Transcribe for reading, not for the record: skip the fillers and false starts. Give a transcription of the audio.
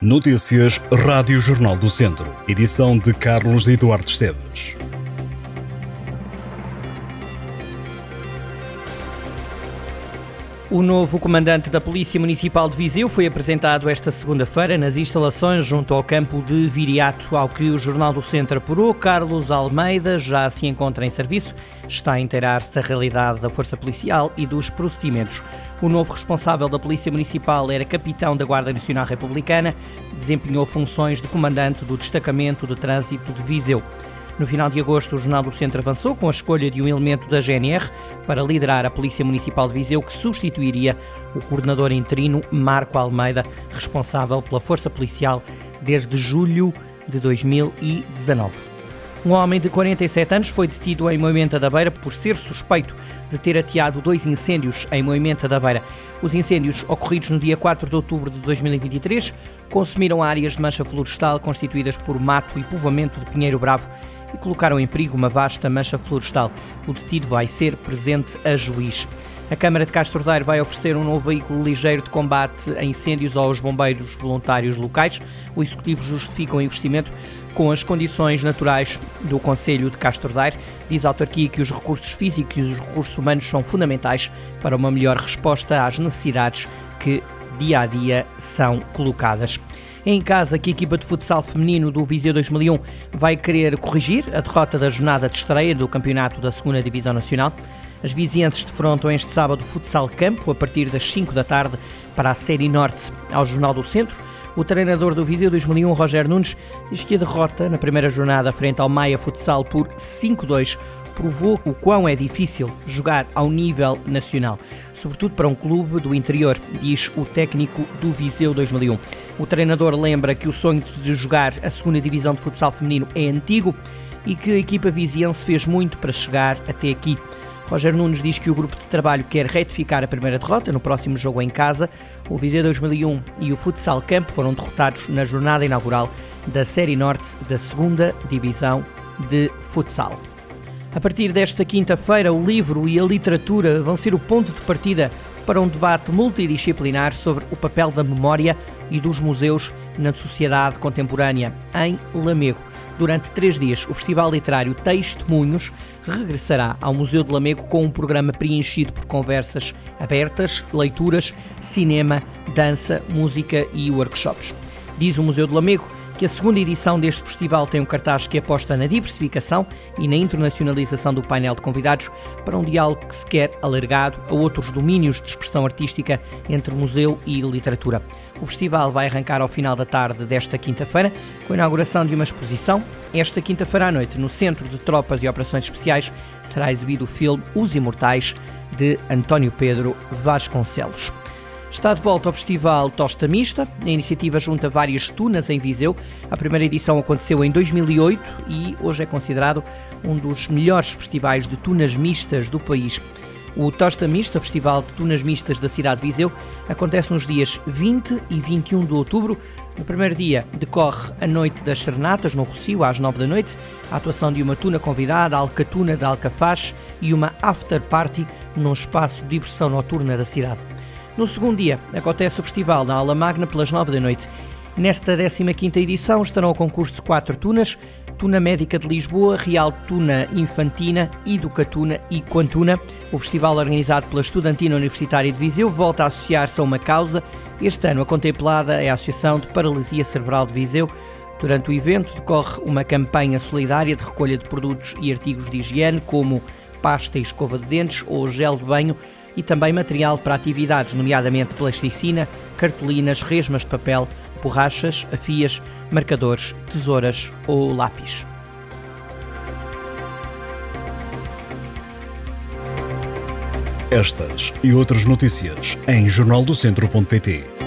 Notícias Rádio Jornal do Centro. Edição de Carlos Eduardo Esteves. O novo comandante da Polícia Municipal de Viseu foi apresentado esta segunda-feira nas instalações junto ao campo de Viriato. Ao que o Jornal do Centro apurou, Carlos Almeida já se encontra em serviço, está a inteirar-se da realidade da Força Policial e dos procedimentos. O novo responsável da Polícia Municipal era capitão da Guarda Nacional Republicana, desempenhou funções de comandante do Destacamento de Trânsito de Viseu. No final de agosto, o Jornal do Centro avançou com a escolha de um elemento da GNR para liderar a Polícia Municipal de Viseu, que substituiria o coordenador interino Marco Almeida, responsável pela Força Policial desde julho de 2019. Um homem de 47 anos foi detido em Moimenta da Beira por ser suspeito de ter ateado 2 incêndios em Moimenta da Beira. Os incêndios, ocorridos no dia 4 de outubro de 2023, consumiram áreas de mancha florestal constituídas por mato e povoamento de pinheiro bravo e colocaram em perigo uma vasta mancha florestal. O detido vai ser presente a juiz. A Câmara de Castro Daire vai oferecer um novo veículo ligeiro de combate a incêndios aos bombeiros voluntários locais. O Executivo justifica o investimento com as condições naturais do Concelho de Castro Daire. Diz a autarquia que os recursos físicos e os recursos humanos são fundamentais para uma melhor resposta às necessidades que dia a dia são colocadas. Em casa, que a equipa de futsal feminino do Viseu 2001 vai querer corrigir a derrota da jornada de estreia do campeonato da 2ª Divisão Nacional. As vizienses defrontam este sábado o Futsal Campo a partir das 5 da tarde para a Série Norte. Ao Jornal do Centro, o treinador do Viseu 2001, Roger Nunes, diz que a derrota na primeira jornada frente ao Maia Futsal por 5-2 provou o quão é difícil jogar ao nível nacional, sobretudo para um clube do interior, diz o técnico do Viseu 2001. O treinador lembra que o sonho de jogar a 2ª Divisão de Futsal feminino é antigo e que a equipa viziense fez muito para chegar até aqui. Roger Nunes diz que o grupo de trabalho quer retificar a primeira derrota no próximo jogo em casa. O Viseu 2001 e o Futsal Campo foram derrotados na jornada inaugural da Série Norte da 2ª Divisão de Futsal. A partir desta quinta-feira, o livro e a literatura vão ser o ponto de partida para um debate multidisciplinar sobre o papel da memória e dos museus na sociedade contemporânea, em Lamego. Durante 3 dias, o Festival Literário Testemunhos regressará ao Museu de Lamego com um programa preenchido por conversas abertas, leituras, cinema, dança, música e workshops. Diz o Museu de Lamego que a 2ª edição deste festival tem um cartaz que aposta na diversificação e na internacionalização do painel de convidados para um diálogo que se quer alargado a outros domínios de expressão artística entre museu e literatura. O festival vai arrancar ao final da tarde desta quinta-feira com a inauguração de uma exposição. Esta quinta-feira à noite, no Centro de Tropas e Operações Especiais, será exibido o filme Os Imortais, de António Pedro Vasconcelos. Está de volta ao Festival Tosta Mista. A iniciativa junta várias tunas em Viseu. A primeira edição aconteceu em 2008 e hoje é considerado um dos melhores festivais de tunas mistas do país. O Tosta Mista, Festival de Tunas Mistas da cidade de Viseu, acontece nos dias 20 e 21 de outubro. No primeiro dia decorre a Noite das Serenatas, no Rossio, às 9 da noite, a atuação de uma tuna convidada, a Alcatuna de Alcafaz e uma after party num espaço de diversão noturna da cidade. No segundo dia, acontece o festival na Aula Magna pelas 9 da noite. Nesta 15ª edição estarão a concurso 4 tunas: Tuna Médica de Lisboa, Real Tuna Infantina, Educatuna e Quantuna. O festival, organizado pela Estudantina Universitária de Viseu, volta a associar-se a uma causa. Este ano a contemplada é a Associação de Paralisia Cerebral de Viseu. Durante o evento decorre uma campanha solidária de recolha de produtos e artigos de higiene, como pasta e escova de dentes ou gel de banho, e também material para atividades, nomeadamente plasticina, cartolinas, resmas de papel, borrachas, afias, marcadores, tesouras ou lápis. Estas e outras notícias em jornaldocentro.pt.